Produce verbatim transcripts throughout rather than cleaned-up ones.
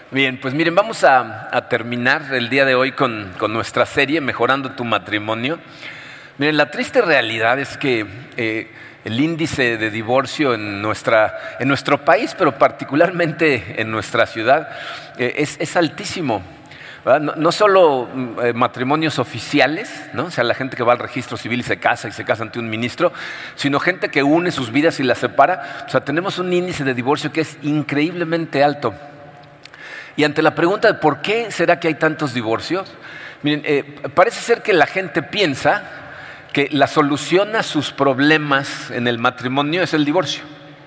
Bien, pues miren, vamos a, a terminar el día de hoy con, con nuestra serie Mejorando tu Matrimonio. Miren, la triste realidad es que eh, el índice de divorcio en, nuestra, en nuestro país, pero particularmente en nuestra ciudad, eh, es, es altísimo. No, no solo eh, matrimonios oficiales, ¿no? O sea, la gente que va al registro civil y se casa y se casa ante un ministro, sino gente que une sus vidas y las separa. O sea, tenemos un índice de divorcio que es increíblemente alto. Y ante la pregunta de por qué será que hay tantos divorcios, miren, eh, parece ser que la gente piensa que la solución a sus problemas en el matrimonio es el divorcio.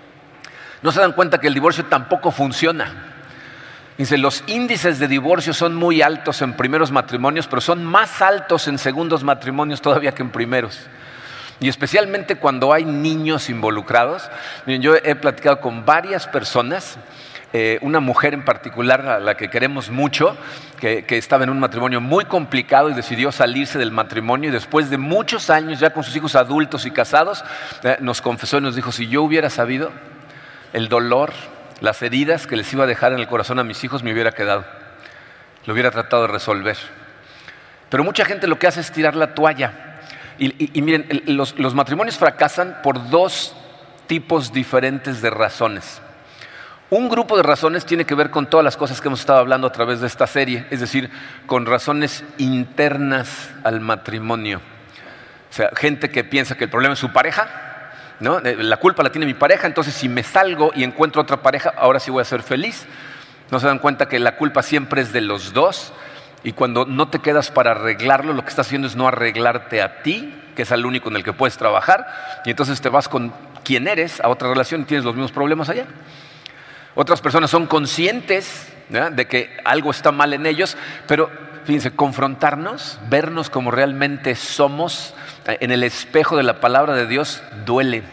No se dan cuenta que el divorcio tampoco funciona. Dice, los índices de divorcio son muy altos en primeros matrimonios, pero son más altos en segundos matrimonios todavía que en primeros. Y especialmente cuando hay niños involucrados. Miren, yo he platicado con varias personas. Eh, una mujer en particular a la que queremos mucho, que, que estaba en un matrimonio muy complicado y decidió salirse del matrimonio, y después de muchos años ya con sus hijos adultos y casados, eh, nos confesó y nos dijo, si yo hubiera sabido el dolor, las heridas que les iba a dejar en el corazón a mis hijos, me hubiera quedado, lo hubiera tratado de resolver. Pero mucha gente lo que hace es tirar la toalla. Y, y, y miren, los, los matrimonios fracasan por dos tipos diferentes de razones. Un grupo de razones tiene que ver con todas las cosas que hemos estado hablando a través de esta serie, es decir, con razones internas al matrimonio. O sea, gente que piensa que el problema es su pareja, ¿no? La culpa la tiene mi pareja, entonces si me salgo y encuentro otra pareja, ahora sí voy a ser feliz. No se dan cuenta que la culpa siempre es de los dos, y cuando no te quedas para arreglarlo, lo que estás haciendo es no arreglarte a ti, que es el único en el que puedes trabajar, y entonces te vas con quien eres a otra relación y tienes los mismos problemas allá. Otras personas son conscientes, ¿verdad?, de que algo está mal en ellos, pero fíjense, confrontarnos, vernos como realmente somos en el espejo de la palabra de Dios duele.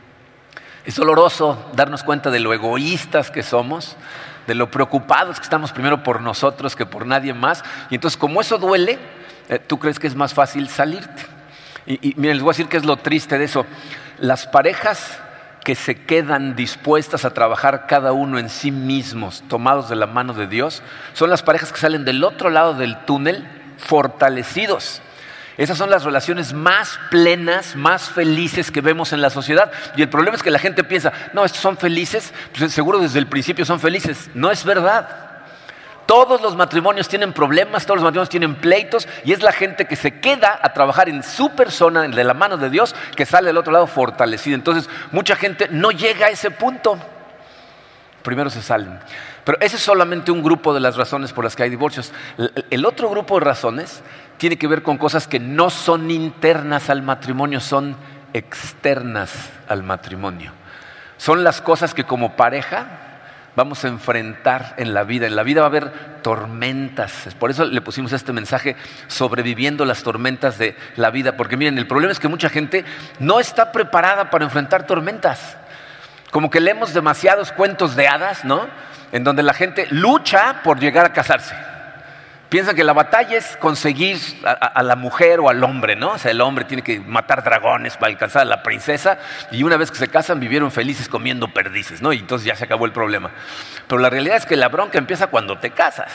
Es doloroso darnos cuenta de lo egoístas que somos, de lo preocupados que estamos primero por nosotros que por nadie más. Y entonces, como eso duele, eh, tú crees que es más fácil salirte. Y, y miren, les voy a decir qué es lo triste de eso. Las parejas que se quedan dispuestas a trabajar cada uno en sí mismos, tomados de la mano de Dios, son las parejas que salen del otro lado del túnel fortalecidos. Esas son las relaciones más plenas, más felices que vemos en la sociedad. Y el problema es que la gente piensa, no, estos son felices, pues seguro desde el principio son felices. No es verdad. Todos los matrimonios tienen problemas, todos los matrimonios tienen pleitos, y es la gente que se queda a trabajar en su persona, de la mano de Dios, que sale del otro lado fortalecida. Entonces, mucha gente no llega a ese punto. Primero se salen. Pero ese es solamente un grupo de las razones por las que hay divorcios. El otro grupo de razones tiene que ver con cosas que no son internas al matrimonio, son externas al matrimonio. Son las cosas que como pareja vamos a enfrentar en la vida. En la vida va a haber tormentas. Por eso le pusimos este mensaje, sobreviviendo las tormentas de la vida. Porque miren, el problema es que mucha gente no está preparada para enfrentar tormentas. Como que leemos demasiados cuentos de hadas, ¿no?, en donde la gente lucha por llegar a casarse. Piensan que la batalla es conseguir a, a la mujer o al hombre, ¿no? O sea, el hombre tiene que matar dragones para alcanzar a la princesa, y una vez que se casan vivieron felices comiendo perdices, ¿no? Y entonces ya se acabó el problema. Pero la realidad es que la bronca empieza cuando te casas.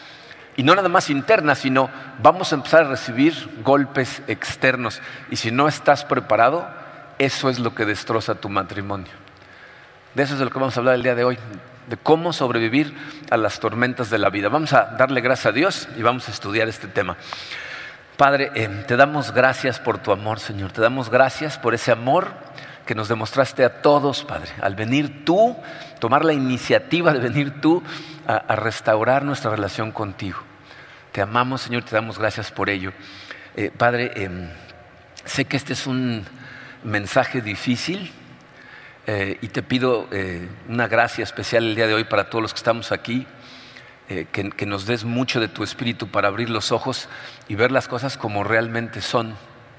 Y no nada más interna, sino vamos a empezar a recibir golpes externos. Y si no estás preparado, eso es lo que destroza tu matrimonio. De eso es de lo que vamos a hablar el día de hoy, de cómo sobrevivir a las tormentas de la vida. Vamos a darle gracias a Dios y vamos a estudiar este tema. Padre, eh, te damos gracias por tu amor, Señor. Te damos gracias por ese amor que nos demostraste a todos, Padre. Al venir tú, tomar la iniciativa de venir tú a, a restaurar nuestra relación contigo. Te amamos, Señor, te damos gracias por ello. Eh, Padre, eh, sé que este es un mensaje difícil. Eh, y te pido eh, una gracia especial el día de hoy para todos los que estamos aquí, eh, que, que nos des mucho de tu espíritu para abrir los ojos y ver las cosas como realmente son,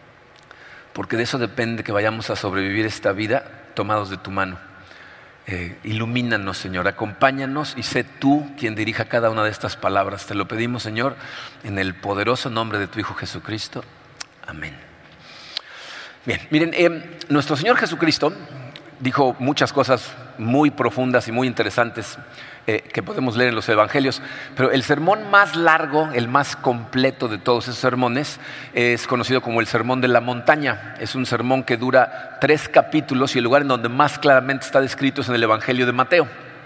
porque de eso depende que vayamos a sobrevivir esta vida tomados de tu mano. Eh, ilumínanos, Señor, acompáñanos y sé tú quien dirija cada una de estas palabras. Te lo pedimos, Señor, en el poderoso nombre de tu Hijo Jesucristo. Amén. Bien, miren, eh, nuestro Señor Jesucristo dijo muchas cosas muy profundas y muy interesantes eh, que podemos leer en los evangelios, pero el sermón más largo, el más completo de todos esos sermones, es conocido como el Sermón de la Montaña. Es un sermón que dura tres capítulos y el lugar en donde más claramente está descrito es en el Evangelio de Mateo.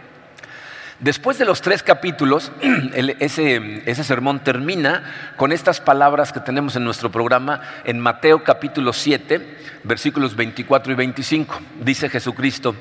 Después de los tres capítulos, el, ese, ese sermón termina con estas palabras que tenemos en nuestro programa en Mateo capítulo siete, versículos veinticuatro y veinticinco. Dice Jesucristo: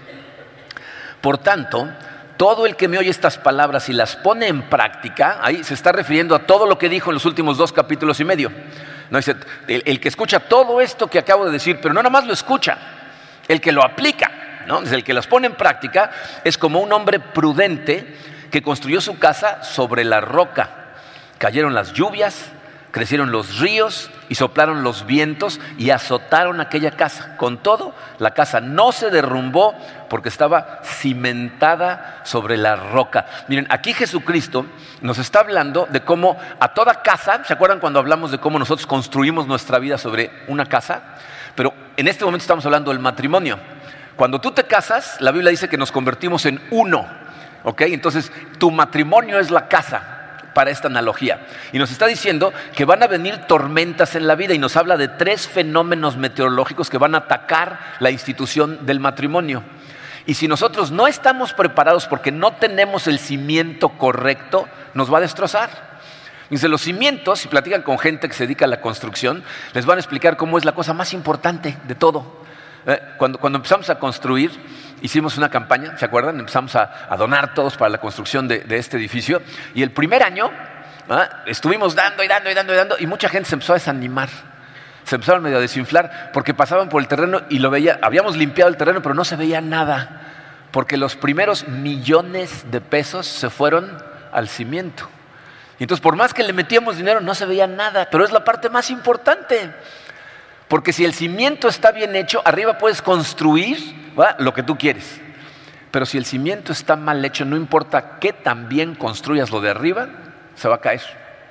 por tanto, todo el que me oye estas palabras y las pone en práctica, ahí se está refiriendo a todo lo que dijo en los últimos dos capítulos y medio. No, dice, el, el que escucha todo esto que acabo de decir, pero no nada más lo escucha, el que lo aplica, ¿no? Desde el que las pone en práctica es como un hombre prudente que construyó su casa sobre la roca. Cayeron las lluvias, crecieron los ríos y soplaron los vientos y azotaron aquella casa. Con todo, la casa no se derrumbó porque estaba cimentada sobre la roca. Miren, aquí Jesucristo nos está hablando de cómo a toda casa, ¿se acuerdan cuando hablamos de cómo nosotros construimos nuestra vida sobre una casa? Pero en este momento estamos hablando del matrimonio. Cuando tú te casas, la Biblia dice que nos convertimos en uno, ¿ok? Entonces, tu matrimonio es la casa, para esta analogía. Y nos está diciendo que van a venir tormentas en la vida y nos habla de tres fenómenos meteorológicos que van a atacar la institución del matrimonio. Y si nosotros no estamos preparados porque no tenemos el cimiento correcto, nos va a destrozar. Dice, los cimientos, si platican con gente que se dedica a la construcción, les van a explicar cómo es la cosa más importante de todo. Cuando, cuando empezamos a construir, hicimos una campaña, ¿se acuerdan? Empezamos a, a donar todos para la construcción de, de este edificio. Y el primer año ¿ah? estuvimos dando y dando y dando y dando y mucha gente se empezó a desanimar. Se empezaron medio a desinflar porque pasaban por el terreno y lo veía, habíamos limpiado el terreno pero no se veía nada. Porque los primeros millones de pesos se fueron al cimiento. Y entonces por más que le metíamos dinero no se veía nada, pero es la parte más importante. Porque si el cimiento está bien hecho, arriba puedes construir ¿va? lo que tú quieres. Pero si el cimiento está mal hecho, no importa qué tan bien construyas lo de arriba, se va a caer,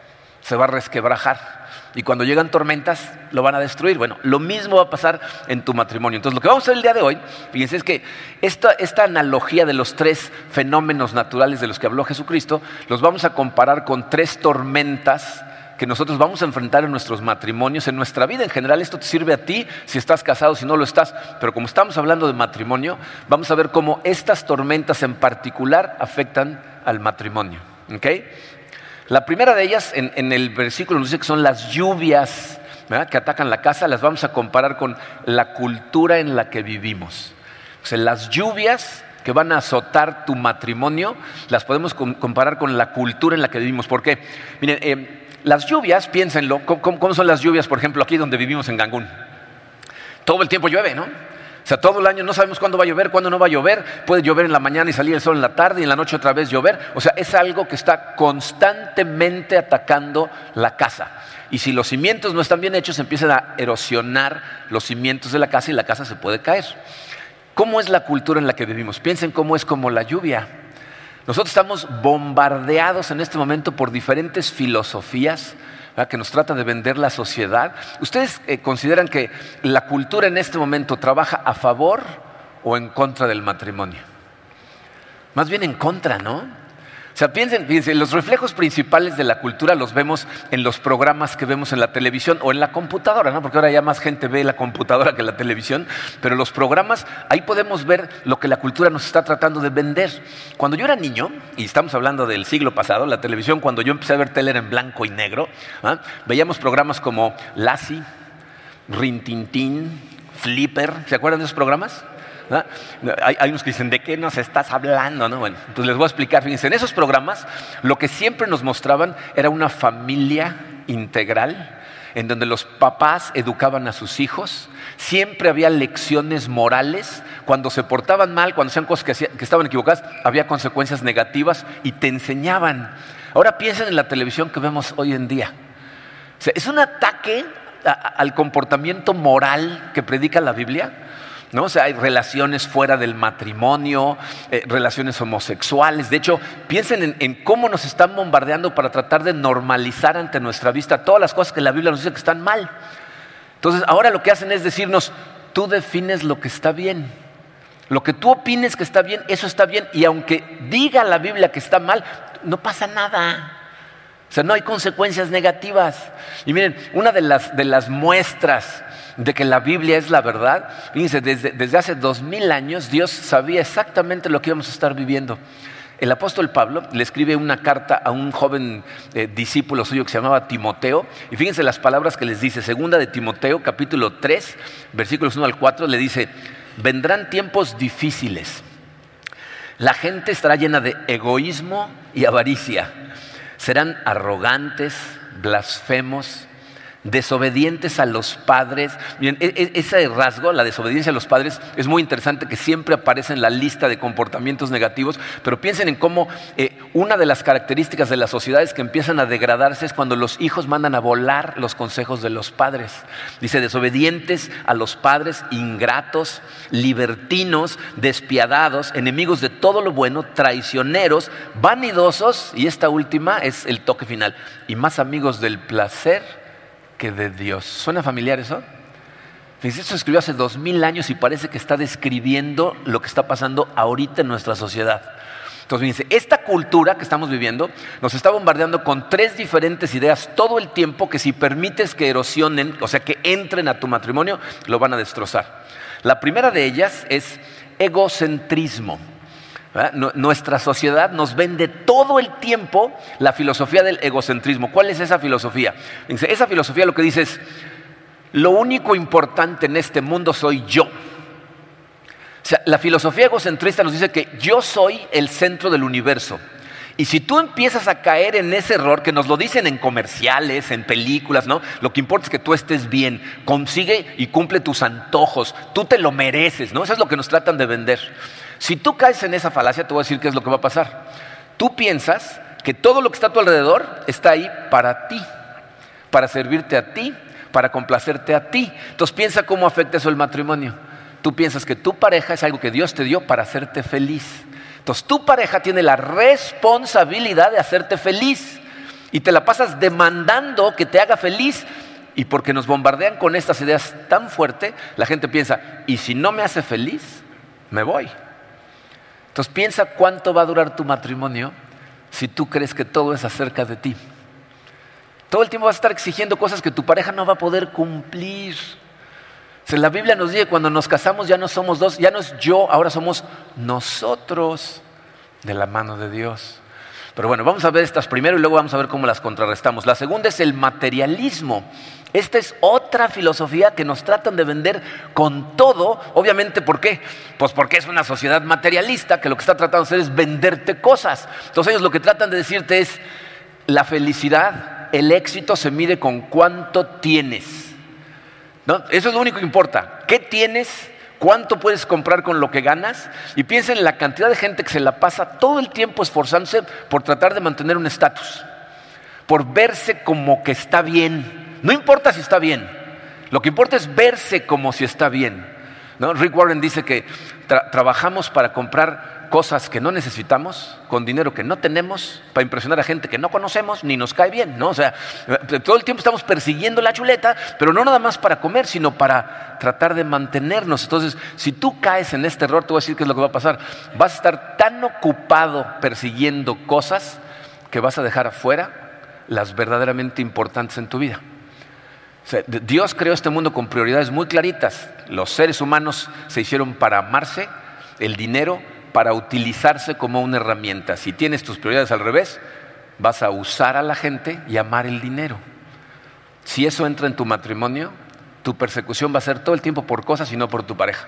se va a resquebrajar. Y cuando llegan tormentas, lo van a destruir. Bueno, lo mismo va a pasar en tu matrimonio. Entonces, lo que vamos a hacer el día de hoy, fíjense, es que esta, esta analogía de los tres fenómenos naturales de los que habló Jesucristo, los vamos a comparar con tres tormentas que nosotros vamos a enfrentar en nuestros matrimonios, en nuestra vida en general. Esto te sirve a ti si estás casado, si no lo estás, pero como estamos hablando de matrimonio, vamos a ver cómo estas tormentas en particular afectan al matrimonio, ¿ok? La primera de ellas, en, en el versículo nos dice que son las lluvias, ¿verdad? Que atacan la casa. Las vamos a comparar con la cultura en la que vivimos. O sea, las lluvias que van a azotar tu matrimonio, las podemos comparar con la cultura en la que vivimos. ¿Por qué? Miren, eh, las lluvias, piénsenlo, ¿cómo, ¿cómo son las lluvias, por ejemplo, aquí donde vivimos en Cancún? Todo el tiempo llueve, ¿no? O sea, todo el año no sabemos cuándo va a llover, cuándo no va a llover. Puede llover en la mañana y salir el sol en la tarde y en la noche otra vez llover. O sea, es algo que está constantemente atacando la casa. Y si los cimientos no están bien hechos, empiezan a erosionar los cimientos de la casa y la casa se puede caer. ¿Cómo es la cultura en la que vivimos? Piensen cómo es como la lluvia. Nosotros estamos bombardeados en este momento por diferentes filosofías, ¿verdad? Que nos tratan de vender la sociedad. ¿Ustedes eh, consideran que la cultura en este momento trabaja a favor o en contra del matrimonio? Más bien en contra, ¿no? O sea, piensen, piensen, los reflejos principales de la cultura los vemos en los programas que vemos en la televisión o en la computadora, ¿no? Porque ahora ya más gente ve la computadora que la televisión, pero los programas, ahí podemos ver lo que la cultura nos está tratando de vender. Cuando yo era niño, y estamos hablando del siglo pasado, la televisión, cuando yo empecé a ver tele era en blanco y negro, ¿ah? Veíamos programas como Lassie, Rin Tin Tin, Flipper, ¿se acuerdan de esos programas? ¿Ah? Hay, hay unos que dicen, ¿de qué nos estás hablando? ¿No? Bueno, entonces les voy a explicar. Fíjense, en esos programas lo que siempre nos mostraban era una familia integral en donde los papás educaban a sus hijos. Siempre había lecciones morales. Cuando se portaban mal, cuando hacían cosas que, hacían, que estaban equivocadas, había consecuencias negativas y te enseñaban. Ahora piensen en la televisión que vemos hoy en día. O sea, es un ataque a, a, al comportamiento moral que predica la Biblia, ¿no? O sea, hay relaciones fuera del matrimonio, eh, relaciones homosexuales. De hecho, piensen en, en cómo nos están bombardeando para tratar de normalizar ante nuestra vista todas las cosas que la Biblia nos dice que están mal. Entonces, ahora lo que hacen es decirnos, tú defines lo que está bien. Lo que tú opines que está bien, eso está bien. Y aunque diga la Biblia que está mal, no pasa nada. O sea, no hay consecuencias negativas. Y miren, una de las, de las muestras de que la Biblia es la verdad, fíjense, desde, desde hace dos mil años Dios sabía exactamente lo que íbamos a estar viviendo. El apóstol Pablo le escribe una carta a un joven eh, discípulo suyo que se llamaba Timoteo, y fíjense las palabras que les dice. Segunda de Timoteo, capítulo tres, versículos uno al cuatro, le dice: vendrán tiempos difíciles. La gente estará llena de egoísmo y avaricia. Serán arrogantes, blasfemos, desobedientes a los padres. Miren, ese rasgo, la desobediencia a los padres, es muy interesante, que siempre aparece en la lista de comportamientos negativos. Pero piensen en cómo eh, una de las características de las sociedades que empiezan a degradarse es cuando los hijos mandan a volar los consejos de los padres. Dice: desobedientes a los padres, ingratos, libertinos, despiadados, enemigos de todo lo bueno, traicioneros, vanidosos, y esta última es el toque final, y más amigos del placer que de Dios. ¿Suena familiar eso? Fíjense, esto se escribió hace dos mil años y parece que está describiendo lo que está pasando ahorita en nuestra sociedad. Entonces, fíjense, esta cultura que estamos viviendo nos está bombardeando con tres diferentes ideas todo el tiempo, que si permites que erosionen, o sea, que entren a tu matrimonio, lo van a destrozar. La primera de ellas es egocentrismo. ¿verdad? Nuestra sociedad nos vende todo el tiempo la filosofía del egocentrismo. ¿Cuál es esa filosofía? Esa filosofía lo que dice es: lo único importante en este mundo soy yo. O sea, la filosofía egocentrista nos dice que yo soy el centro del universo. Y si tú empiezas a caer en ese error, que nos lo dicen en comerciales, en películas, ¿no? Lo que importa es que tú estés bien, consigue y cumple tus antojos, tú te lo mereces, ¿no? Eso es lo que nos tratan de vender. Si tú caes en esa falacia, te voy a decir qué es lo que va a pasar. Tú piensas que todo lo que está a tu alrededor está ahí para ti, para servirte a ti, para complacerte a ti. Entonces piensa cómo afecta eso el matrimonio. Tú piensas que tu pareja es algo que Dios te dio para hacerte feliz. Entonces tu pareja tiene la responsabilidad de hacerte feliz y te la pasas demandando que te haga feliz. Y porque nos bombardean con estas ideas tan fuerte, la gente piensa: ¿y si no me hace feliz? Me voy. Entonces piensa cuánto va a durar tu matrimonio si tú crees que todo es acerca de ti. Todo el tiempo vas a estar exigiendo cosas que tu pareja no va a poder cumplir. O sea, la Biblia nos dice que cuando nos casamos ya no somos dos, ya no es yo, ahora somos nosotros, de la mano de Dios. Pero bueno, vamos a ver estas primero y luego vamos a ver cómo las contrarrestamos. La segunda es el materialismo. Esta es otra filosofía que nos tratan de vender con todo. Obviamente, ¿por qué? Pues porque es una sociedad materialista que lo que está tratando de hacer es venderte cosas. Entonces ellos lo que tratan de decirte es: la felicidad, el éxito se mide con cuánto tienes, ¿no? Eso es lo único que importa. ¿Qué tienes? ¿Cuánto puedes comprar con lo que ganas? Y piensa en la cantidad de gente que se la pasa todo el tiempo esforzándose por tratar de mantener un estatus, por verse como que está bien. No importa si está bien, lo que importa es verse como si está bien, ¿no? Rick Warren dice que tra- trabajamos para comprar cosas que no necesitamos, con dinero que no tenemos, para impresionar a gente que no conocemos ni nos cae bien, ¿no? O sea, todo el tiempo estamos persiguiendo la chuleta, pero no nada más para comer, sino para tratar de mantenernos. Entonces, si tú caes en este error, te voy a decir qué es lo que va a pasar. Vas a estar tan ocupado persiguiendo cosas que vas a dejar afuera las verdaderamente importantes en tu vida. O sea, Dios creó este mundo con prioridades muy claritas. Los seres humanos se hicieron para amarse, el dinero para utilizarse como una herramienta. Si tienes tus prioridades al revés, vas a usar a la gente y amar el dinero. Si eso entra en tu matrimonio, tu persecución va a ser todo el tiempo por cosas y no por tu pareja.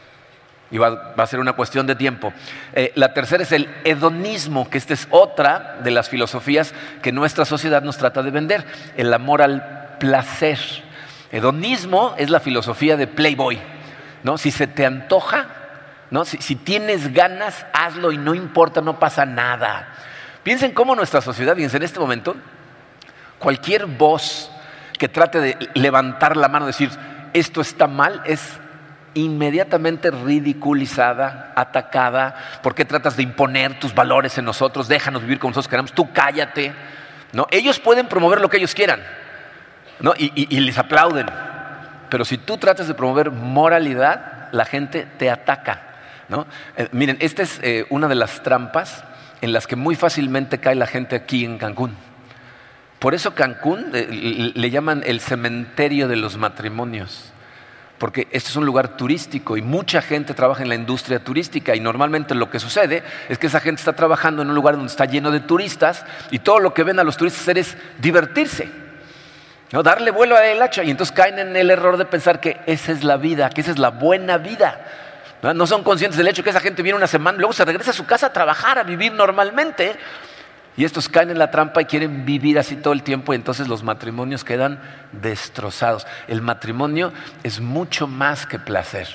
Y va, va a ser una cuestión de tiempo. Eh, la tercera es el hedonismo, que esta es otra de las filosofías que nuestra sociedad nos trata de vender. El amor al placer. Hedonismo es la filosofía de Playboy, ¿no? Si se te antoja, ¿no? Si, si tienes ganas, hazlo y no importa, no pasa nada. Piensen cómo nuestra sociedad, fíjense, en este momento, cualquier voz que trate de levantar la mano y decir esto está mal, es inmediatamente ridiculizada, atacada. ¿Por qué tratas de imponer tus valores en nosotros? Déjanos vivir como nosotros queramos, tú cállate, ¿no? Ellos pueden promover lo que ellos quieran, ¿no? y, y, y les aplauden. Pero si tú tratas de promover moralidad, la gente te ataca. ¿no? Eh, miren, esta es eh, una de las trampas en las que muy fácilmente cae la gente aquí en Cancún. Por eso Cancún eh, le llaman el cementerio de los matrimonios, porque este es un lugar turístico y mucha gente trabaja en la industria turística, y normalmente lo que sucede es que esa gente está trabajando en un lugar donde está lleno de turistas y todo lo que ven a los turistas hacer es divertirse, ¿no? Darle vuelo a el hacha, y entonces caen en el error de pensar que esa es la vida, que esa es la buena vida. No, no son conscientes del hecho que esa gente viene una semana y luego se regresa a su casa a trabajar, a vivir normalmente. Y estos caen en la trampa y quieren vivir así todo el tiempo, y entonces los matrimonios quedan destrozados. El matrimonio es mucho más que placer.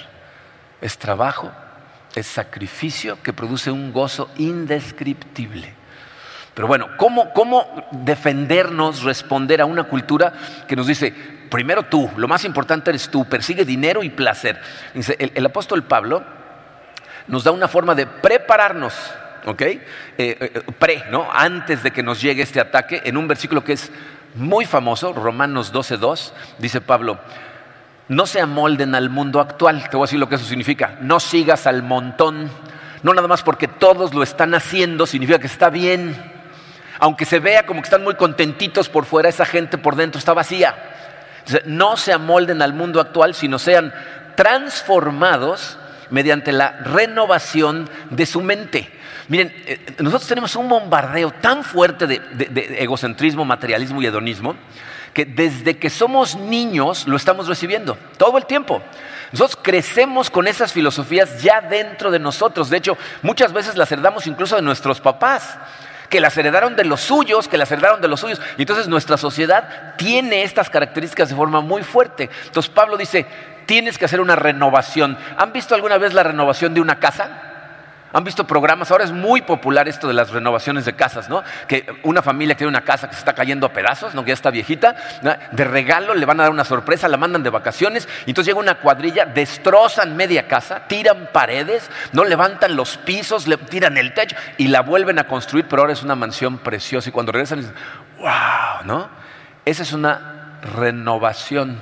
Es trabajo, es sacrificio que produce un gozo indescriptible. Pero bueno, ¿cómo, cómo defendernos, responder a una cultura que nos dice, primero tú, lo más importante eres tú, persigue dinero y placer? Dice, el, el apóstol Pablo nos da una forma de prepararnos, ¿ok? Eh, eh, pre, ¿no? Antes de que nos llegue este ataque, en un versículo que es muy famoso, Romanos doce dos, dice Pablo, no se amolden al mundo actual. Te voy a decir lo que eso significa. No sigas al montón. No nada más porque todos lo están haciendo significa que está bien. Aunque se vea como que están muy contentitos por fuera, esa gente por dentro está vacía. Entonces, no se amolden al mundo actual, sino sean transformados mediante la renovación de su mente. Miren, eh, nosotros tenemos un bombardeo tan fuerte de, de, de egocentrismo, materialismo y hedonismo, que desde que somos niños lo estamos recibiendo todo el tiempo. Nosotros crecemos con esas filosofías ya dentro de nosotros. De hecho, muchas veces las heredamos incluso de nuestros papás, que las heredaron de los suyos, que las heredaron de los suyos. Y entonces nuestra sociedad tiene estas características de forma muy fuerte. Entonces Pablo dice, tienes que hacer una renovación. ¿Han visto alguna vez la renovación de una casa? ¿Han visto programas? Ahora es muy popular esto de las renovaciones de casas, ¿no? Que una familia que tiene una casa que se está cayendo a pedazos, ¿no? Que ya está viejita, ¿no? De regalo le van a dar una sorpresa, la mandan de vacaciones, y entonces llega una cuadrilla, destrozan media casa, tiran paredes, no levantan los pisos, le tiran el techo y la vuelven a construir, pero ahora es una mansión preciosa, y cuando regresan dicen, wow, ¿no? Esa es una renovación,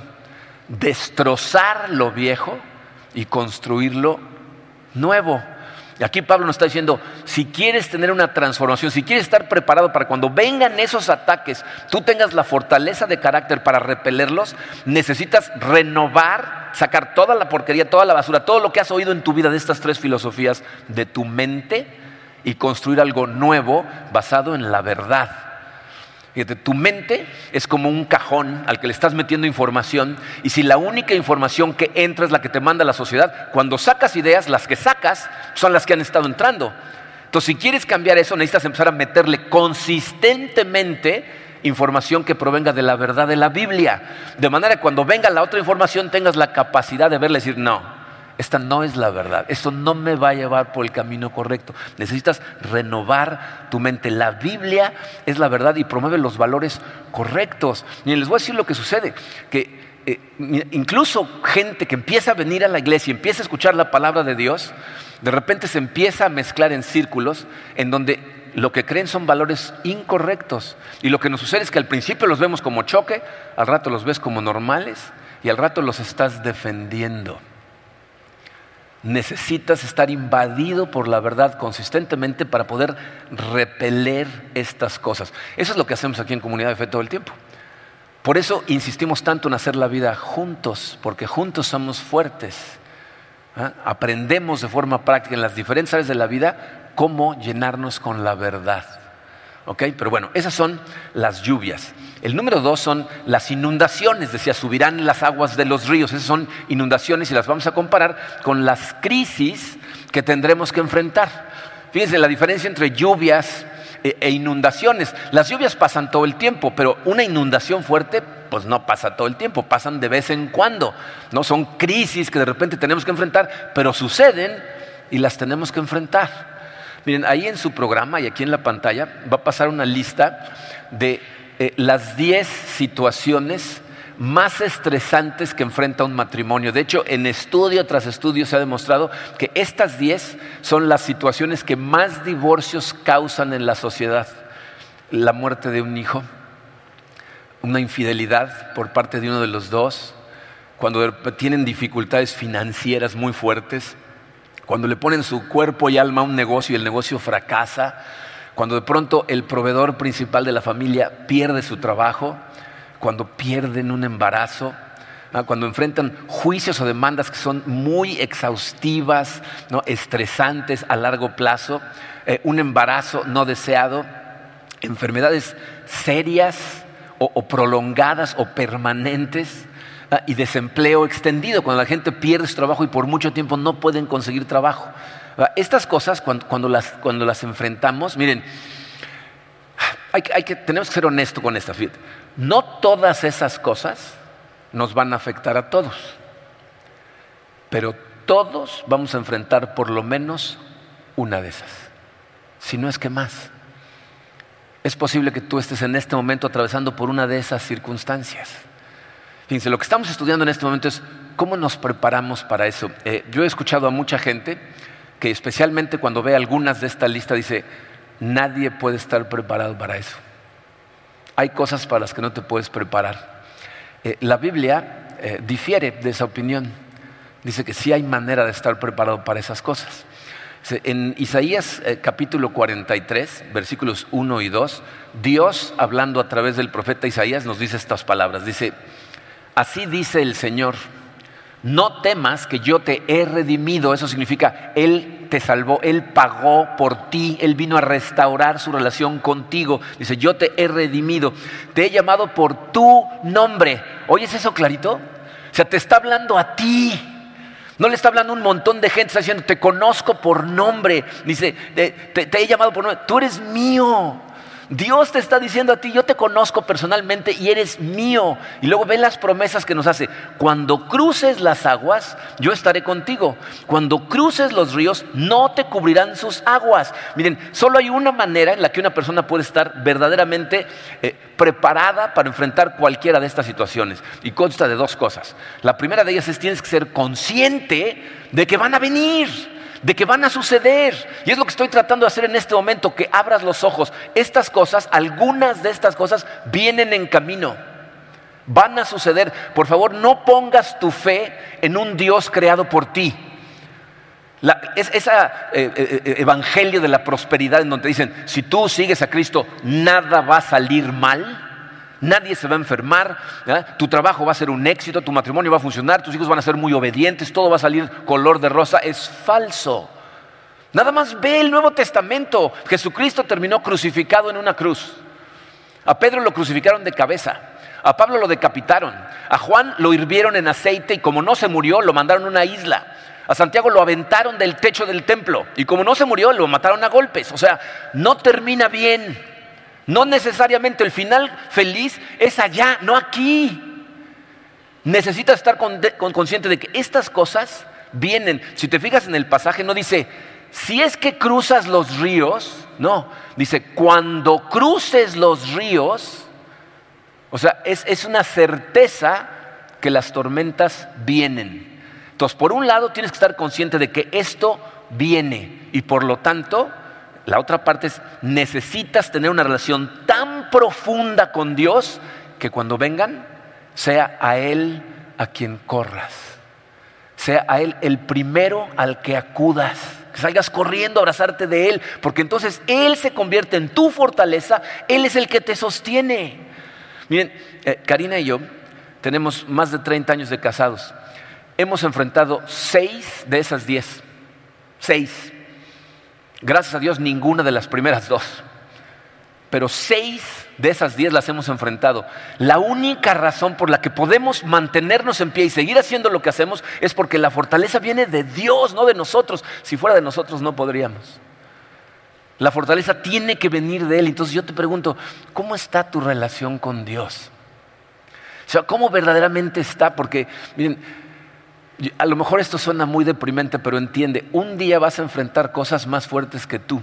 destrozar lo viejo y construirlo nuevo. Y aquí Pablo nos está diciendo, si quieres tener una transformación, si quieres estar preparado para cuando vengan esos ataques, tú tengas la fortaleza de carácter para repelerlos, necesitas renovar, sacar toda la porquería, toda la basura, todo lo que has oído en tu vida de estas tres filosofías de tu mente y construir algo nuevo basado en la verdad. Fíjate, tu mente es como un cajón al que le estás metiendo información, y si la única información que entra es la que te manda la sociedad, cuando sacas ideas, las que sacas son las que han estado entrando. Entonces, si quieres cambiar eso, necesitas empezar a meterle consistentemente información que provenga de la verdad de la Biblia, de manera que cuando venga la otra información tengas la capacidad de verla y decir, no, esta no es la verdad, esto no me va a llevar por el camino correcto. Necesitas renovar tu mente. La Biblia es la verdad y promueve los valores correctos. Y les voy a decir lo que sucede, que eh, incluso gente que empieza a venir a la iglesia, empieza a escuchar la palabra de Dios, de repente se empieza a mezclar en círculos en donde lo que creen son valores incorrectos. Y lo que nos sucede es que al principio los vemos como choque, al rato los ves como normales y al rato los estás defendiendo. Necesitas estar invadido por la verdad consistentemente para poder repeler estas cosas. Eso es lo que hacemos aquí en Comunidad de Fe todo el tiempo. Por eso insistimos tanto en hacer la vida juntos, porque juntos somos fuertes. ¿Ah? Aprendemos de forma práctica en las diferentes áreas de la vida cómo llenarnos con la verdad. ¿Okay? Pero bueno, esas son las lluvias. El número dos son las inundaciones. Decía, subirán las aguas de los ríos. Esas son inundaciones y las vamos a comparar con las crisis que tendremos que enfrentar. Fíjense la diferencia entre lluvias e inundaciones. Las lluvias pasan todo el tiempo, pero una inundación fuerte pues no pasa todo el tiempo, pasan de vez en cuando, ¿no? Son crisis que de repente tenemos que enfrentar, pero suceden y las tenemos que enfrentar. Miren, ahí en su programa y aquí en la pantalla va a pasar una lista de eh, las diez situaciones más estresantes que enfrenta un matrimonio. De hecho, en estudio tras estudio se ha demostrado que estas diez son las situaciones que más divorcios causan en la sociedad. La muerte de un hijo, una infidelidad por parte de uno de los dos, cuando tienen dificultades financieras muy fuertes, cuando le ponen su cuerpo y alma a un negocio y el negocio fracasa, cuando de pronto el proveedor principal de la familia pierde su trabajo, cuando pierden un embarazo, cuando enfrentan juicios o demandas que son muy exhaustivas, ¿no?, estresantes a largo plazo, eh, un embarazo no deseado, enfermedades serias o, o prolongadas o permanentes, ah, y desempleo extendido, cuando la gente pierde su trabajo y por mucho tiempo no pueden conseguir trabajo. Ah, estas cosas, cuando, cuando, las, cuando las enfrentamos, miren, hay, hay que, tenemos que ser honestos con esta. Fíjate, no todas esas cosas nos van a afectar a todos, pero todos vamos a enfrentar por lo menos una de esas, si no es que más. Es posible que tú estés en este momento atravesando por una de esas circunstancias. Fíjense, lo que estamos estudiando en este momento es cómo nos preparamos para eso. Eh, yo he escuchado a mucha gente que, especialmente cuando ve algunas de esta lista, dice: nadie puede estar preparado para eso. Hay cosas para las que no te puedes preparar. Eh, la Biblia eh, difiere de esa opinión. Dice que sí hay manera de estar preparado para esas cosas. En Isaías eh, capítulo cuarenta y tres, versículos uno y dos, Dios, hablando a través del profeta Isaías, nos dice estas palabras. Dice: así dice el Señor, no temas que yo te he redimido. Eso significa, Él te salvó, Él pagó por ti, Él vino a restaurar su relación contigo. Dice: yo te he redimido, te he llamado por tu nombre. ¿Oyes eso clarito? O sea, te está hablando a ti. No le está hablando a un montón de gente, está diciendo: te conozco por nombre. Dice: te, te, te he llamado por nombre, tú eres mío. Dios te está diciendo a ti: yo te conozco personalmente y eres mío. Y luego ve las promesas que nos hace. Cuando cruces las aguas, yo estaré contigo. Cuando cruces los ríos, no te cubrirán sus aguas. Miren, solo hay una manera en la que una persona puede estar verdaderamente eh, preparada para enfrentar cualquiera de estas situaciones. Y consta de dos cosas. La primera de ellas es: tienes que ser consciente de que van a venir, de que van a suceder. Y es lo que estoy tratando de hacer en este momento, que abras los ojos. Estas cosas, algunas de estas cosas vienen en camino, van a suceder. Por favor, no pongas tu fe en un Dios creado por ti. La, es, esa eh, eh, evangelio de la prosperidad en donde dicen: si tú sigues a Cristo, nada va a salir mal, nadie se va a enfermar, ¿eh? Tu trabajo va a ser un éxito, tu matrimonio va a funcionar, tus hijos van a ser muy obedientes, todo va a salir color de rosa. Es falso. Nada más ve el Nuevo Testamento. Jesucristo terminó crucificado en una cruz. A Pedro lo crucificaron de cabeza, a Pablo lo decapitaron, a Juan lo hirvieron en aceite y como no se murió, lo mandaron a una isla. A Santiago lo aventaron del techo del templo y como no se murió, lo mataron a golpes. O sea, no termina bien. No necesariamente el final feliz es allá, no aquí. Necesitas estar con, con, consciente de que estas cosas vienen. Si te fijas en el pasaje, no dice: si es que cruzas los ríos. No, dice: cuando cruces los ríos. O sea, es, es una certeza que las tormentas vienen. Entonces, por un lado, tienes que estar consciente de que esto viene. Y por lo tanto, la otra parte es: necesitas tener una relación tan profunda con Dios que cuando vengan, sea a Él a quien corras, sea a Él el primero al que acudas, que salgas corriendo a abrazarte de Él, porque entonces Él se convierte en tu fortaleza, Él es el que te sostiene. Miren, eh, Karina y yo tenemos más de treinta años de casados. Hemos enfrentado seis de esas diez. Seis. Gracias a Dios, ninguna de las primeras dos. Pero seis de esas diez las hemos enfrentado. La única razón por la que podemos mantenernos en pie y seguir haciendo lo que hacemos es porque la fortaleza viene de Dios, no de nosotros. Si fuera de nosotros no podríamos. La fortaleza tiene que venir de Él. Entonces yo te pregunto: ¿cómo está tu relación con Dios? O sea, ¿cómo verdaderamente está? Porque, miren, a lo mejor esto suena muy deprimente, pero entiende, un día vas a enfrentar cosas más fuertes que tú.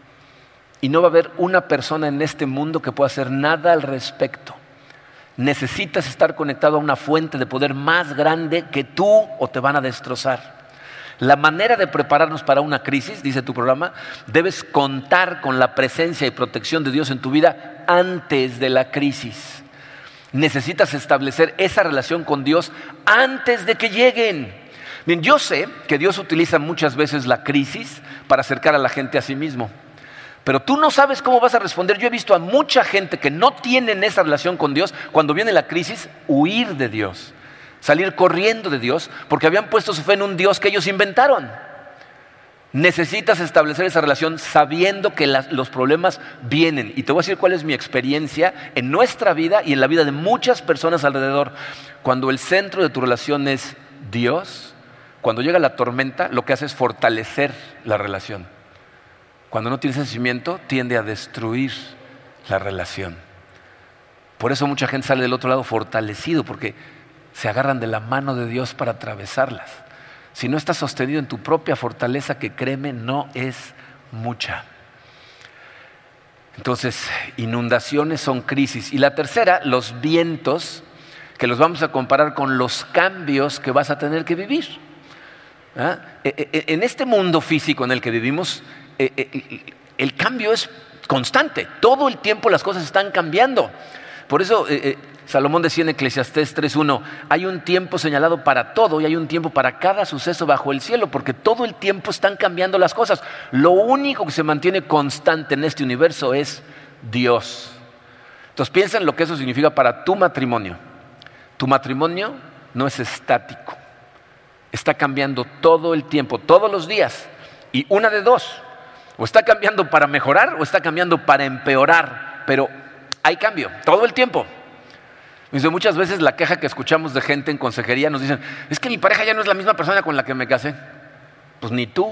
Y no va a haber una persona en este mundo que pueda hacer nada al respecto. Necesitas estar conectado a una fuente de poder más grande que tú o te van a destrozar. La manera de prepararnos para una crisis, dice tu programa, debes contar con la presencia y protección de Dios en tu vida antes de la crisis. Necesitas establecer esa relación con Dios antes de que lleguen. Bien, yo sé que Dios utiliza muchas veces la crisis para acercar a la gente a sí mismo. Pero tú no sabes cómo vas a responder. Yo he visto a mucha gente que no tienen esa relación con Dios, cuando viene la crisis, huir de Dios, salir corriendo de Dios, porque habían puesto su fe en un Dios que ellos inventaron. Necesitas establecer esa relación sabiendo que las, los problemas vienen. Y te voy a decir cuál es mi experiencia en nuestra vida y en la vida de muchas personas alrededor. Cuando el centro de tu relación es Dios, cuando llega la tormenta, lo que hace es fortalecer la relación. Cuando no tienes ese cimiento, tiende a destruir la relación. Por eso mucha gente sale del otro lado fortalecido, porque se agarran de la mano de Dios para atravesarlas. Si no estás sostenido en tu propia fortaleza, que créeme, no es mucha. Entonces, inundaciones son crisis. Y la tercera, los vientos, que los vamos a comparar con los cambios que vas a tener que vivir. ¿Ah? En este mundo físico en el que vivimos, el cambio es constante. Todo el tiempo las cosas están cambiando. Por eso eh, Salomón decía en Eclesiastés tres uno, hay un tiempo señalado para todo y hay un tiempo para cada suceso bajo el cielo, porque todo el tiempo están cambiando las cosas. Lo único que se mantiene constante en este universo es Dios. Entonces piensa en lo que eso significa para tu matrimonio. Tu matrimonio no es estático. Está cambiando todo el tiempo, todos los días. Y una de dos, o está cambiando para mejorar o está cambiando para empeorar, pero hay cambio todo el tiempo. Muchas veces la queja que escuchamos de gente en consejería nos dicen, es que mi pareja ya no es la misma persona con la que me casé. Pues ni tú,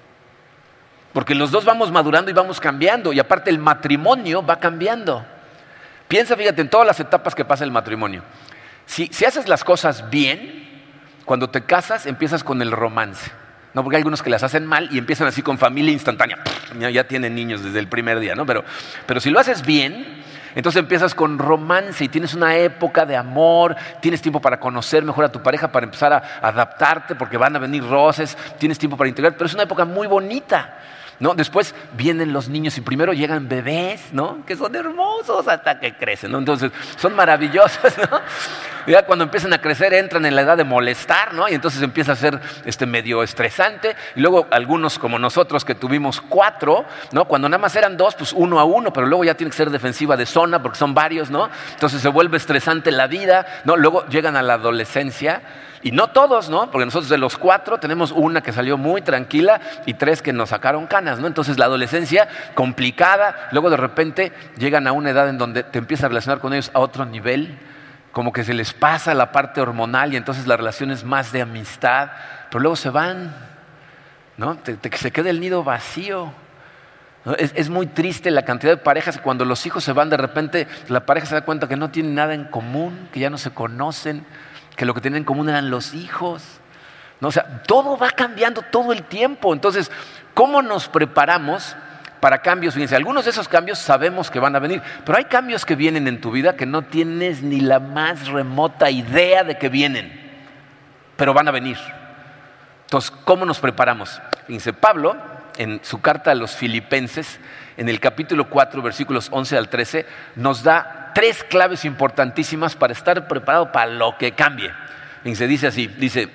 porque los dos vamos madurando y vamos cambiando, y aparte el matrimonio va cambiando. Piensa, fíjate, en todas las etapas que pasa el matrimonio. Si, si haces las cosas bien, cuando te casas empiezas con el romance. No, porque hay algunos que las hacen mal y empiezan así con familia instantánea. Ya tienen niños desde el primer día, ¿no? Pero, pero si lo haces bien, entonces empiezas con romance y tienes una época de amor, tienes tiempo para conocer mejor a tu pareja, para empezar a adaptarte, porque van a venir roces, tienes tiempo para integrar, pero es una época muy bonita, ¿no? Después vienen los niños y primero llegan bebés, ¿no? Que son hermosos hasta que crecen, ¿no? Entonces son maravillosos, ¿no? Ya cuando empiezan a crecer entran en la edad de molestar, ¿no? Y entonces empieza a ser este, medio estresante. Y luego algunos como nosotros que tuvimos cuatro, ¿no? Cuando nada más eran dos, pues uno a uno, pero luego ya tiene que ser defensiva de zona porque son varios, ¿no? Entonces se vuelve estresante la vida, ¿no? Luego llegan a la adolescencia. Y no todos, ¿no? Porque nosotros de los cuatro tenemos una que salió muy tranquila y tres que nos sacaron canas, ¿no? Entonces la adolescencia complicada, luego de repente llegan a una edad en donde te empiezas a relacionar con ellos a otro nivel, como que se les pasa la parte hormonal y entonces la relación es más de amistad, pero luego se van, ¿no? Te, te, se queda el nido vacío. ¿No? Es, es muy triste la cantidad de parejas que cuando los hijos se van de repente la pareja se da cuenta que no tienen nada en común, que ya no se conocen, que lo que tienen en común eran los hijos, ¿no? O sea, todo va cambiando todo el tiempo. Entonces, ¿cómo nos preparamos para cambios? Fíjense, algunos de esos cambios sabemos que van a venir, pero hay cambios que vienen en tu vida que no tienes ni la más remota idea de que vienen, pero van a venir. Entonces, ¿cómo nos preparamos? Fíjense, Pablo, en su carta a los Filipenses, en el capítulo cuatro, versículos once al trece, nos da tres claves importantísimas para estar preparado para lo que cambie. Fíjense, dice así, dice,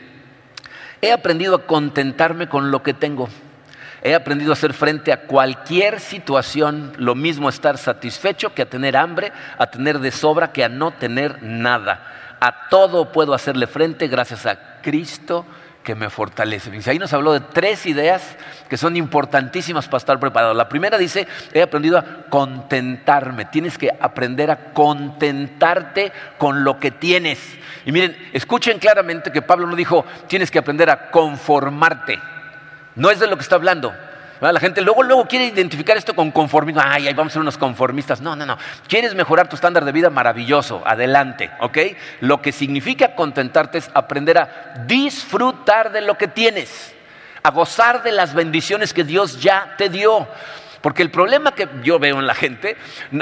he aprendido a contentarme con lo que tengo. He aprendido a hacer frente a cualquier situación, lo mismo estar satisfecho que a tener hambre, a tener de sobra que a no tener nada. A todo puedo hacerle frente gracias a Cristo que me fortalece. Ahí nos habló de tres ideas que son importantísimas para estar preparado. La primera dice, he aprendido a contentarme. Tienes que aprender a contentarte con lo que tienes. Y miren, escuchen claramente que Pablo no dijo, tienes que aprender a conformarte. No es de lo que está hablando. La gente luego, luego quiere identificar esto con conformismo. Ay, ay, vamos a ser unos conformistas. No, no, no. ¿Quieres mejorar tu estándar de vida? Maravilloso. Adelante, ¿ok? Lo que significa contentarte es aprender a disfrutar de lo que tienes, a gozar de las bendiciones que Dios ya te dio. Porque el problema que yo veo en la gente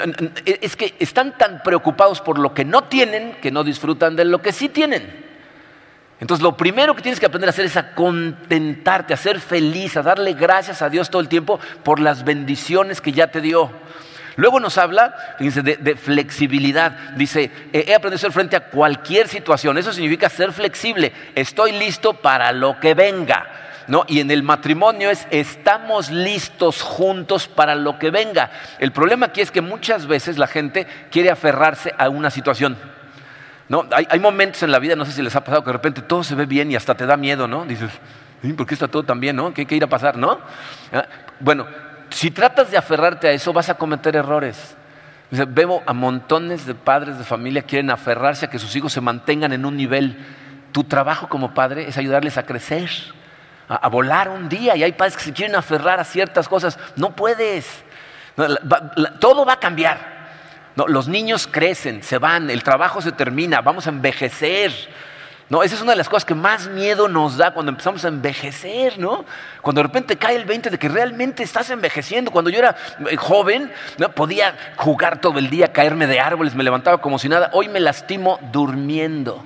es que están tan preocupados por lo que no tienen que no disfrutan de lo que sí tienen. Entonces lo primero que tienes que aprender a hacer es a contentarte, a ser feliz, a darle gracias a Dios todo el tiempo por las bendiciones que ya te dio. Luego nos habla, fíjense, de, de flexibilidad. Dice, he aprendido a hacer frente a cualquier situación. Eso significa ser flexible. Estoy listo para lo que venga, ¿no? Y en el matrimonio es, estamos listos juntos para lo que venga. El problema aquí es que muchas veces la gente quiere aferrarse a una situación, ¿no? Hay, hay momentos en la vida, no sé si les ha pasado, que de repente todo se ve bien y hasta te da miedo, ¿no? Dices, ¿por qué está todo tan bien, no? ¿Qué, qué irá a pasar, no? Bueno, si tratas de aferrarte a eso, vas a cometer errores. Veo a montones de padres de familia que quieren aferrarse a que sus hijos se mantengan en un nivel. Tu trabajo como padre es ayudarles a crecer, a, a volar un día. Y hay padres que se quieren aferrar a ciertas cosas. No puedes. No, la, la, todo va a cambiar. No, los niños crecen, se van, el trabajo se termina, vamos a envejecer. No, esa es una de las cosas que más miedo nos da cuando empezamos a envejecer, ¿no? Cuando de repente cae el veinte de que realmente estás envejeciendo. Cuando yo era joven, ¿no? Podía jugar todo el día, caerme de árboles, me levantaba como si nada. Hoy me lastimo durmiendo.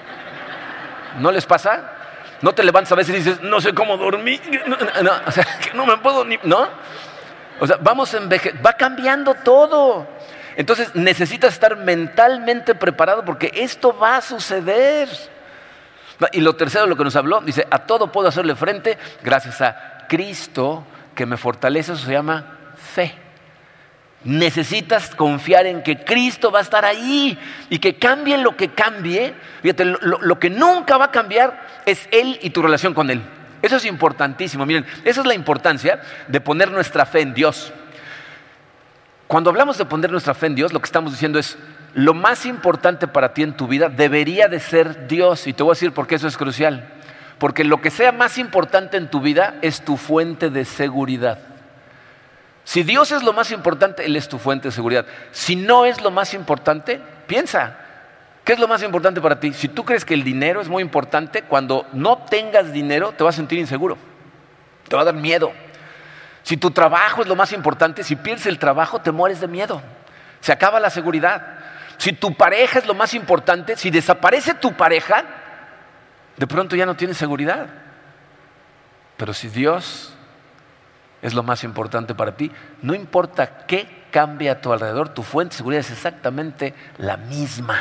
¿No les pasa? No te levantas a veces y dices, no sé cómo dormir. No, no, o sea, que no me puedo ni... ¿No? O sea, vamos a envejecer, va cambiando todo. Entonces necesitas estar mentalmente preparado porque esto va a suceder. Y lo tercero, lo que nos habló, dice, a todo puedo hacerle frente gracias a Cristo que me fortalece. Eso se llama fe. Necesitas confiar en que Cristo va a estar ahí y que cambie lo que cambie. Fíjate, lo, lo que nunca va a cambiar es Él y tu relación con Él. Eso es importantísimo. Miren, esa es la importancia de poner nuestra fe en Dios. Cuando hablamos de poner nuestra fe en Dios, lo que estamos diciendo es, lo más importante para ti en tu vida debería de ser Dios. Y te voy a decir por qué eso es crucial. Porque lo que sea más importante en tu vida es tu fuente de seguridad. Si Dios es lo más importante, Él es tu fuente de seguridad. Si no es lo más importante, piensa, ¿qué es lo más importante para ti? Si tú crees que el dinero es muy importante, cuando no tengas dinero te vas a sentir inseguro. Te va a dar miedo. Si tu trabajo es lo más importante, si pierdes el trabajo te mueres de miedo. Se acaba la seguridad. Si tu pareja es lo más importante, si desaparece tu pareja, de pronto ya no tienes seguridad. Pero si Dios es lo más importante para ti, no importa qué cambie a tu alrededor, tu fuente de seguridad es exactamente la misma.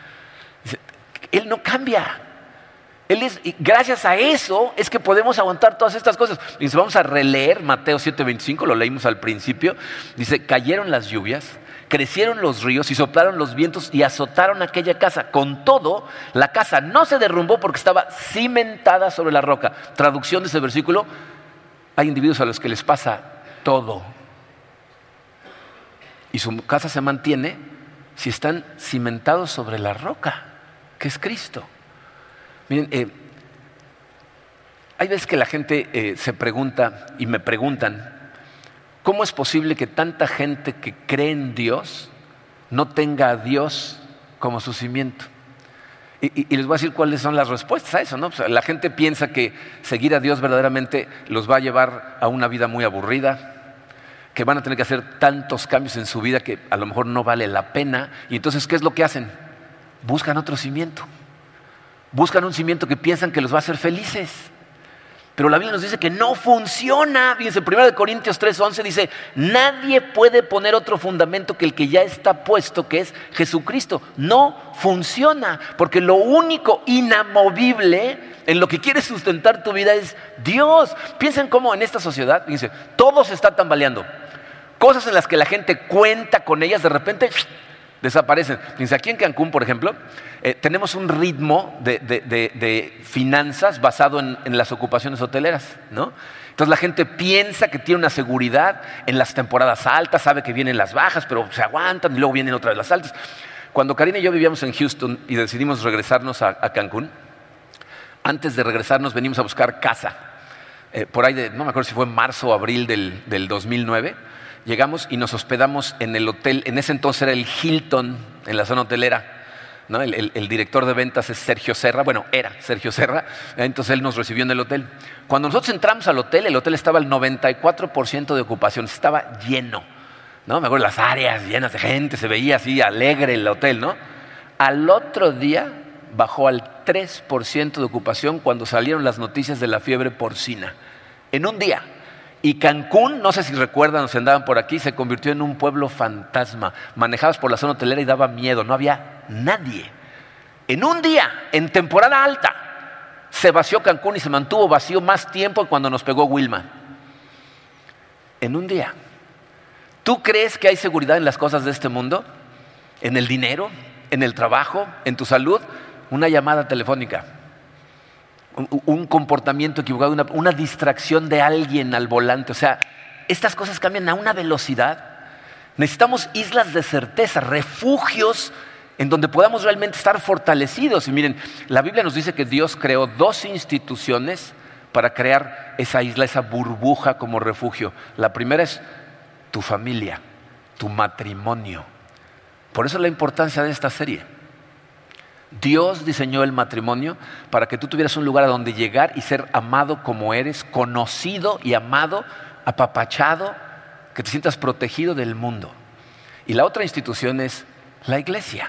Él no cambia. Él es, y gracias a eso es que podemos aguantar todas estas cosas. Y si vamos a releer Mateo siete veinticinco, lo leímos al principio, dice, cayeron las lluvias, crecieron los ríos y soplaron los vientos y azotaron aquella casa. Con todo, la casa no se derrumbó porque estaba cimentada sobre la roca. Traducción de ese versículo, hay individuos a los que les pasa todo. Y su casa se mantiene si están cimentados sobre la roca, que es Cristo. Miren, eh, hay veces que la gente eh, se pregunta y me preguntan, ¿cómo es posible que tanta gente que cree en Dios no tenga a Dios como su cimiento? Y, y, y les voy a decir cuáles son las respuestas a eso, ¿no? O sea, la gente piensa que seguir a Dios verdaderamente los va a llevar a una vida muy aburrida, que van a tener que hacer tantos cambios en su vida que a lo mejor no vale la pena. Y entonces, ¿qué es lo que hacen? Buscan otro cimiento. Buscan un cimiento que piensan que los va a hacer felices. Pero la Biblia nos dice que no funciona. Fíjense, primero de Corintios tres once dice, nadie puede poner otro fundamento que el que ya está puesto, que es Jesucristo. No funciona, porque lo único inamovible en lo que quieres sustentar tu vida es Dios. Piensen cómo en esta sociedad, fíjense, todo se está tambaleando. Cosas en las que la gente cuenta con ellas, de repente desaparecen. Fíjense, aquí en Cancún, por ejemplo, eh, tenemos un ritmo de, de, de, de finanzas basado en, en las ocupaciones hoteleras, ¿no? Entonces la gente piensa que tiene una seguridad en las temporadas altas, sabe que vienen las bajas, pero se aguantan y luego vienen otra vez las altas. Cuando Karina y yo vivíamos en Houston y decidimos regresarnos a, a Cancún, antes de regresarnos venimos a buscar casa. Eh, por ahí, de, no me acuerdo si fue marzo o abril del, del dos mil nueve, llegamos y nos hospedamos en el hotel. En ese entonces era el Hilton, en la zona hotelera, ¿no? El, el, el director de ventas es Sergio Serra, bueno, era Sergio Serra, entonces él nos recibió en el hotel. Cuando nosotros entramos al hotel, el hotel estaba al noventa y cuatro por ciento de ocupación, estaba lleno, ¿no? Me acuerdo las áreas llenas de gente, se veía así alegre el hotel, ¿no? Al otro día bajó al tres por ciento de ocupación cuando salieron las noticias de la fiebre porcina. En un día Y Cancún, no sé si recuerdan o si andaban por aquí, se convirtió en un pueblo fantasma. Manejabas por la zona hotelera y daba miedo, no había nadie. En un día, en temporada alta, se vació Cancún y se mantuvo vacío más tiempo que cuando nos pegó Wilma. En un día. ¿Tú crees que hay seguridad en las cosas de este mundo? ¿En el dinero? ¿En el trabajo? ¿En tu salud? Una llamada telefónica, un, un comportamiento equivocado, una, una distracción de alguien al volante. O sea, estas cosas cambian a una velocidad. Necesitamos islas de certeza, refugios en donde podamos realmente estar fortalecidos. Y miren, la Biblia nos dice que Dios creó dos instituciones para crear esa isla, esa burbuja como refugio. La primera es tu familia, tu matrimonio. Por eso la importancia de esta serie. Dios diseñó el matrimonio para que tú tuvieras un lugar a donde llegar y ser amado como eres, conocido y amado, apapachado, que te sientas protegido del mundo. Y la otra institución es la iglesia.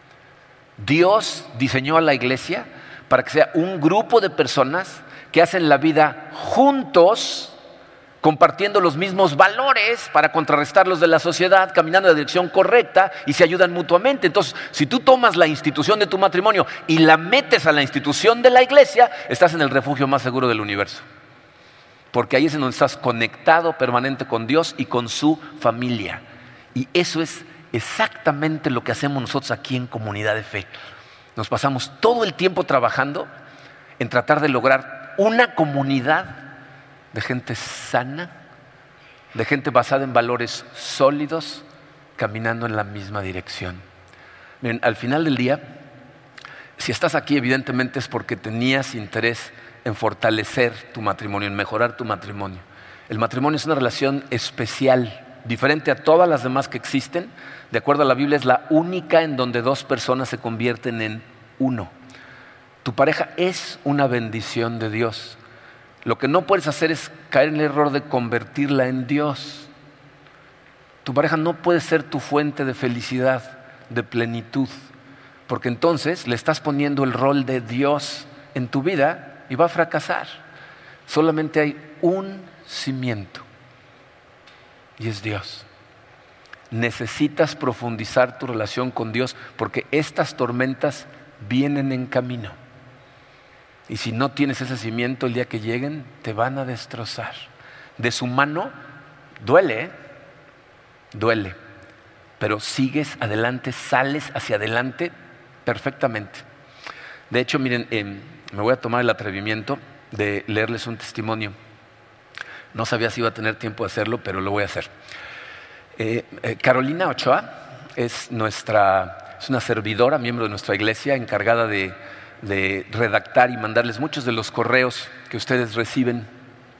Dios diseñó a la iglesia para que sea un grupo de personas que hacen la vida juntos, compartiendo los mismos valores para contrarrestar los de la sociedad, caminando en la dirección correcta y se ayudan mutuamente. Entonces, si tú tomas la institución de tu matrimonio y la metes a la institución de la iglesia, estás en el refugio más seguro del universo. Porque ahí es en donde estás conectado permanente con Dios y con su familia. Y eso es exactamente lo que hacemos nosotros aquí en Comunidad de Fe. Nos pasamos todo el tiempo trabajando en tratar de lograr una comunidad de gente sana, de gente basada en valores sólidos, caminando en la misma dirección. Miren, al final del día, si estás aquí evidentemente es porque tenías interés en fortalecer tu matrimonio, en mejorar tu matrimonio. El matrimonio es una relación especial, diferente a todas las demás que existen. De acuerdo a la Biblia, es la única en donde dos personas se convierten en uno. Tu pareja es una bendición de Dios. Lo que no puedes hacer es caer en el error de convertirla en Dios. Tu pareja no puede ser tu fuente de felicidad, de plenitud, porque entonces le estás poniendo el rol de Dios en tu vida y va a fracasar. Solamente hay un cimiento y es Dios. Necesitas profundizar tu relación con Dios porque estas tormentas vienen en camino. Y si no tienes ese cimiento, el día que lleguen, te van a destrozar. De su mano, duele, ¿eh? Duele. Pero sigues adelante, sales hacia adelante perfectamente. De hecho, miren, eh, me voy a tomar el atrevimiento de leerles un testimonio. No sabía si iba a tener tiempo de hacerlo, pero lo voy a hacer. Eh, eh, Carolina Ochoa es, nuestra, es una servidora, miembro de nuestra iglesia, encargada de de redactar y mandarles muchos de los correos que ustedes reciben.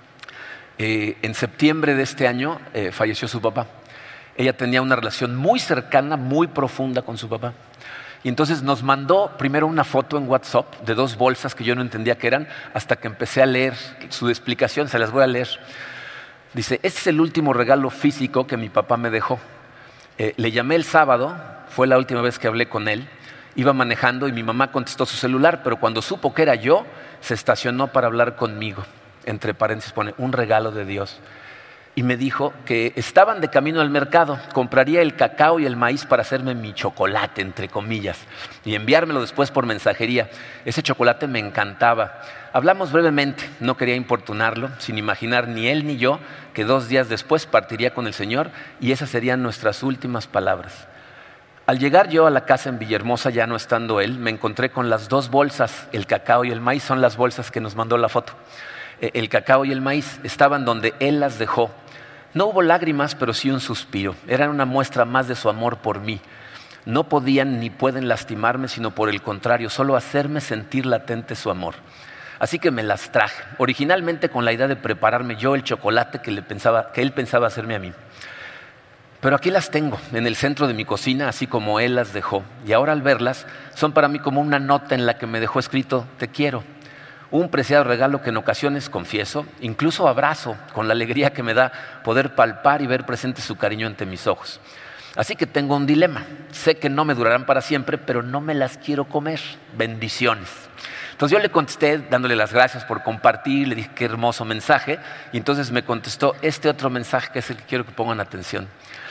Eh, en septiembre de este año eh, falleció su papá. Ella tenía una relación muy cercana, muy profunda con su papá. Y entonces nos mandó primero una foto en WhatsApp de dos bolsas que yo no entendía qué eran, hasta que empecé a leer su explicación, se las voy a leer. Dice, este es el último regalo físico que mi papá me dejó. Eh, le llamé el sábado, fue la última vez que hablé con él. Iba manejando y mi mamá contestó su celular, pero cuando supo que era yo, se estacionó para hablar conmigo. Entre paréntesis pone, un regalo de Dios. Y me dijo que estaban de camino al mercado, compraría el cacao y el maíz para hacerme mi chocolate, entre comillas, y enviármelo después por mensajería. Ese chocolate me encantaba. Hablamos brevemente, no quería importunarlo, sin imaginar ni él ni yo que dos días después partiría con el Señor y esas serían nuestras últimas palabras. Al llegar yo a la casa en Villahermosa, ya no estando él, me encontré con las dos bolsas, el cacao y el maíz, son las bolsas que nos mandó la foto. El cacao y el maíz estaban donde él las dejó. No hubo lágrimas, pero sí un suspiro. Eran una muestra más de su amor por mí. No podían ni pueden lastimarme, sino por el contrario, solo hacerme sentir latente su amor. Así que me las traje, originalmente con la idea de prepararme yo el chocolate que, le pensaba, que él pensaba hacerme a mí. Pero aquí las tengo, en el centro de mi cocina, así como él las dejó. Y ahora al verlas, son para mí como una nota en la que me dejó escrito, te quiero. Un preciado regalo que en ocasiones, confieso, incluso abrazo con la alegría que me da poder palpar y ver presente su cariño ante mis ojos. Así que tengo un dilema. Sé que no me durarán para siempre, pero no me las quiero comer. Bendiciones. Entonces yo le contesté dándole las gracias por compartir, le dije qué hermoso mensaje, y entonces me contestó este otro mensaje que es el que quiero que pongan atención.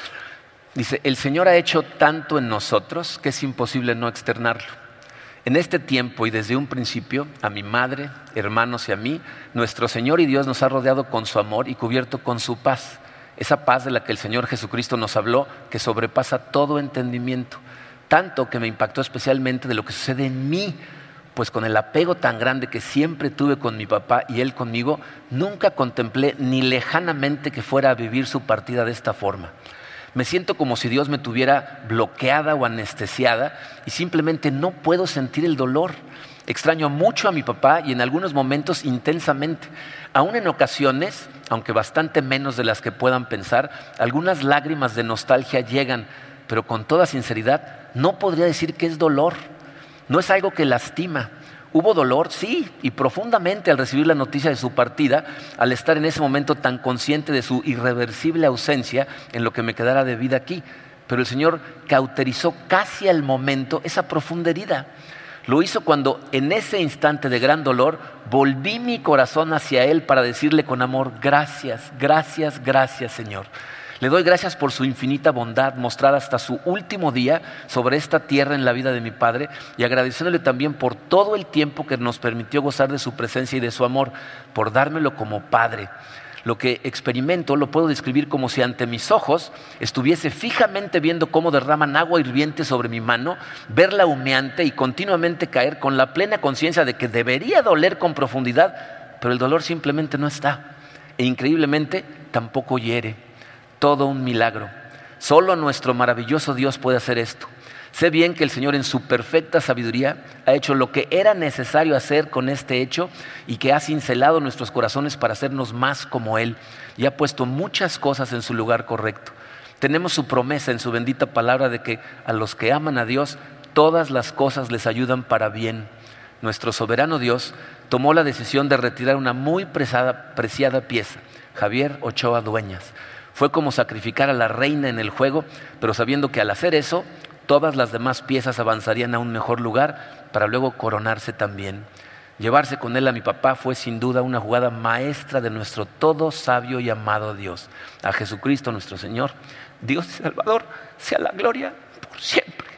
Dice, el Señor ha hecho tanto en nosotros que es imposible no externarlo. En este tiempo y desde un principio, a mi madre, hermanos y a mí, nuestro Señor y Dios nos ha rodeado con su amor y cubierto con su paz. Esa paz de la que el Señor Jesucristo nos habló, que sobrepasa todo entendimiento. Tanto que me impactó especialmente de lo que sucede en mí, pues con el apego tan grande que siempre tuve con mi papá y él conmigo, nunca contemplé ni lejanamente que fuera a vivir su partida de esta forma. Me siento como si Dios me tuviera bloqueada o anestesiada y simplemente no puedo sentir el dolor. Extraño mucho a mi papá y en algunos momentos intensamente. Aún en ocasiones, aunque bastante menos de las que puedan pensar, algunas lágrimas de nostalgia llegan, pero con toda sinceridad no podría decir que es dolor. No es algo que lastima. Hubo dolor, sí, y profundamente al recibir la noticia de su partida, al estar en ese momento tan consciente de su irreversible ausencia en lo que me quedara de vida aquí. Pero el Señor cauterizó casi al momento esa profunda herida. Lo hizo cuando en ese instante de gran dolor volví mi corazón hacia Él para decirle con amor, gracias, gracias, gracias Señor. Le doy gracias por su infinita bondad mostrada hasta su último día sobre esta tierra en la vida de mi padre y agradeciéndole también por todo el tiempo que nos permitió gozar de su presencia y de su amor, por dármelo como padre. Lo que experimento lo puedo describir como si ante mis ojos estuviese fijamente viendo cómo derraman agua hirviente sobre mi mano, verla humeante y continuamente caer con la plena conciencia de que debería doler con profundidad, pero el dolor simplemente no está. E increíblemente tampoco hiere. Todo un milagro. Solo nuestro maravilloso Dios puede hacer esto. Sé bien que el Señor en su perfecta sabiduría ha hecho lo que era necesario hacer con este hecho y que ha cincelado nuestros corazones para hacernos más como Él y ha puesto muchas cosas en su lugar correcto. Tenemos su promesa en su bendita palabra de que a los que aman a Dios todas las cosas les ayudan para bien. Nuestro soberano Dios tomó la decisión de retirar una muy preciada, preciada pieza, Javier Ochoa Dueñas. Fue como sacrificar a la reina en el juego, pero sabiendo que al hacer eso, todas las demás piezas avanzarían a un mejor lugar para luego coronarse también. Llevarse con él a mi papá fue sin duda una jugada maestra de nuestro todo sabio y amado Dios. A Jesucristo nuestro Señor, Dios y Salvador, sea la gloria por siempre.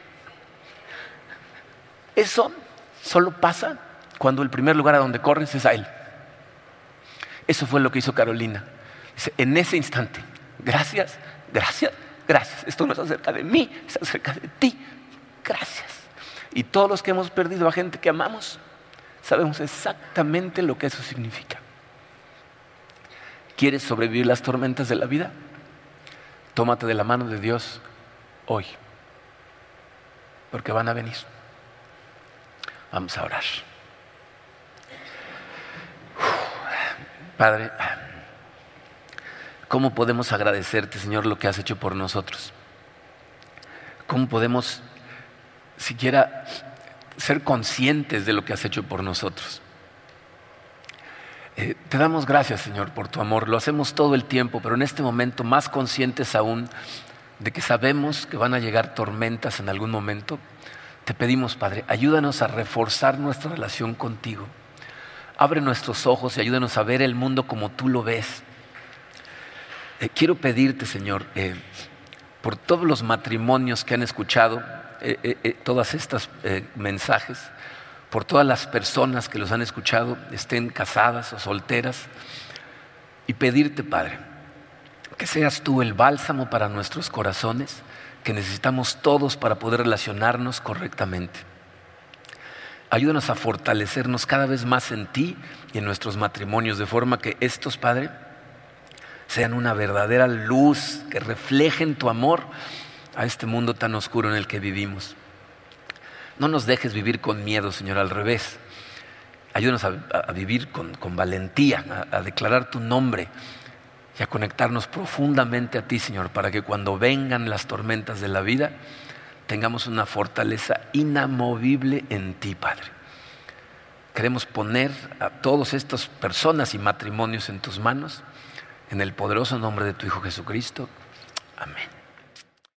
Eso solo pasa cuando el primer lugar a donde corres es a Él. Eso fue lo que hizo Carolina. Dice, en ese instante, gracias, gracias, gracias. Esto no es acerca de mí, es acerca de ti. Gracias. Y todos los que hemos perdido a gente que amamos, sabemos exactamente lo que eso significa. ¿Quieres sobrevivir las tormentas de la vida? Tómate de la mano de Dios hoy, porque van a venir. Vamos a orar. Padre, ¿cómo podemos agradecerte, Señor, lo que has hecho por nosotros? ¿Cómo podemos siquiera ser conscientes de lo que has hecho por nosotros? Eh, te damos gracias, Señor, por tu amor. Lo hacemos todo el tiempo, pero en este momento más conscientes aún de que sabemos que van a llegar tormentas en algún momento. Te pedimos, Padre, ayúdanos a reforzar nuestra relación contigo. Abre nuestros ojos y ayúdanos a ver el mundo como tú lo ves. Eh, quiero pedirte, Señor, eh, por todos los matrimonios que han escuchado eh, eh, eh, todos estos eh, mensajes, por todas las personas que los han escuchado, estén casadas o solteras, y pedirte, Padre, que seas tú el bálsamo para nuestros corazones que necesitamos todos para poder relacionarnos correctamente. Ayúdanos a fortalecernos cada vez más en ti y en nuestros matrimonios, de forma que estos, Padre, sean una verdadera luz que reflejen tu amor a este mundo tan oscuro en el que vivimos. No nos dejes vivir con miedo, Señor, al revés. Ayúdanos a, a vivir con, con valentía, a, a declarar tu nombre y a conectarnos profundamente a ti, Señor, para que cuando vengan las tormentas de la vida tengamos una fortaleza inamovible en ti, Padre. Queremos poner a todas estas personas y matrimonios en tus manos, en el poderoso nombre de tu Hijo Jesucristo. Amén.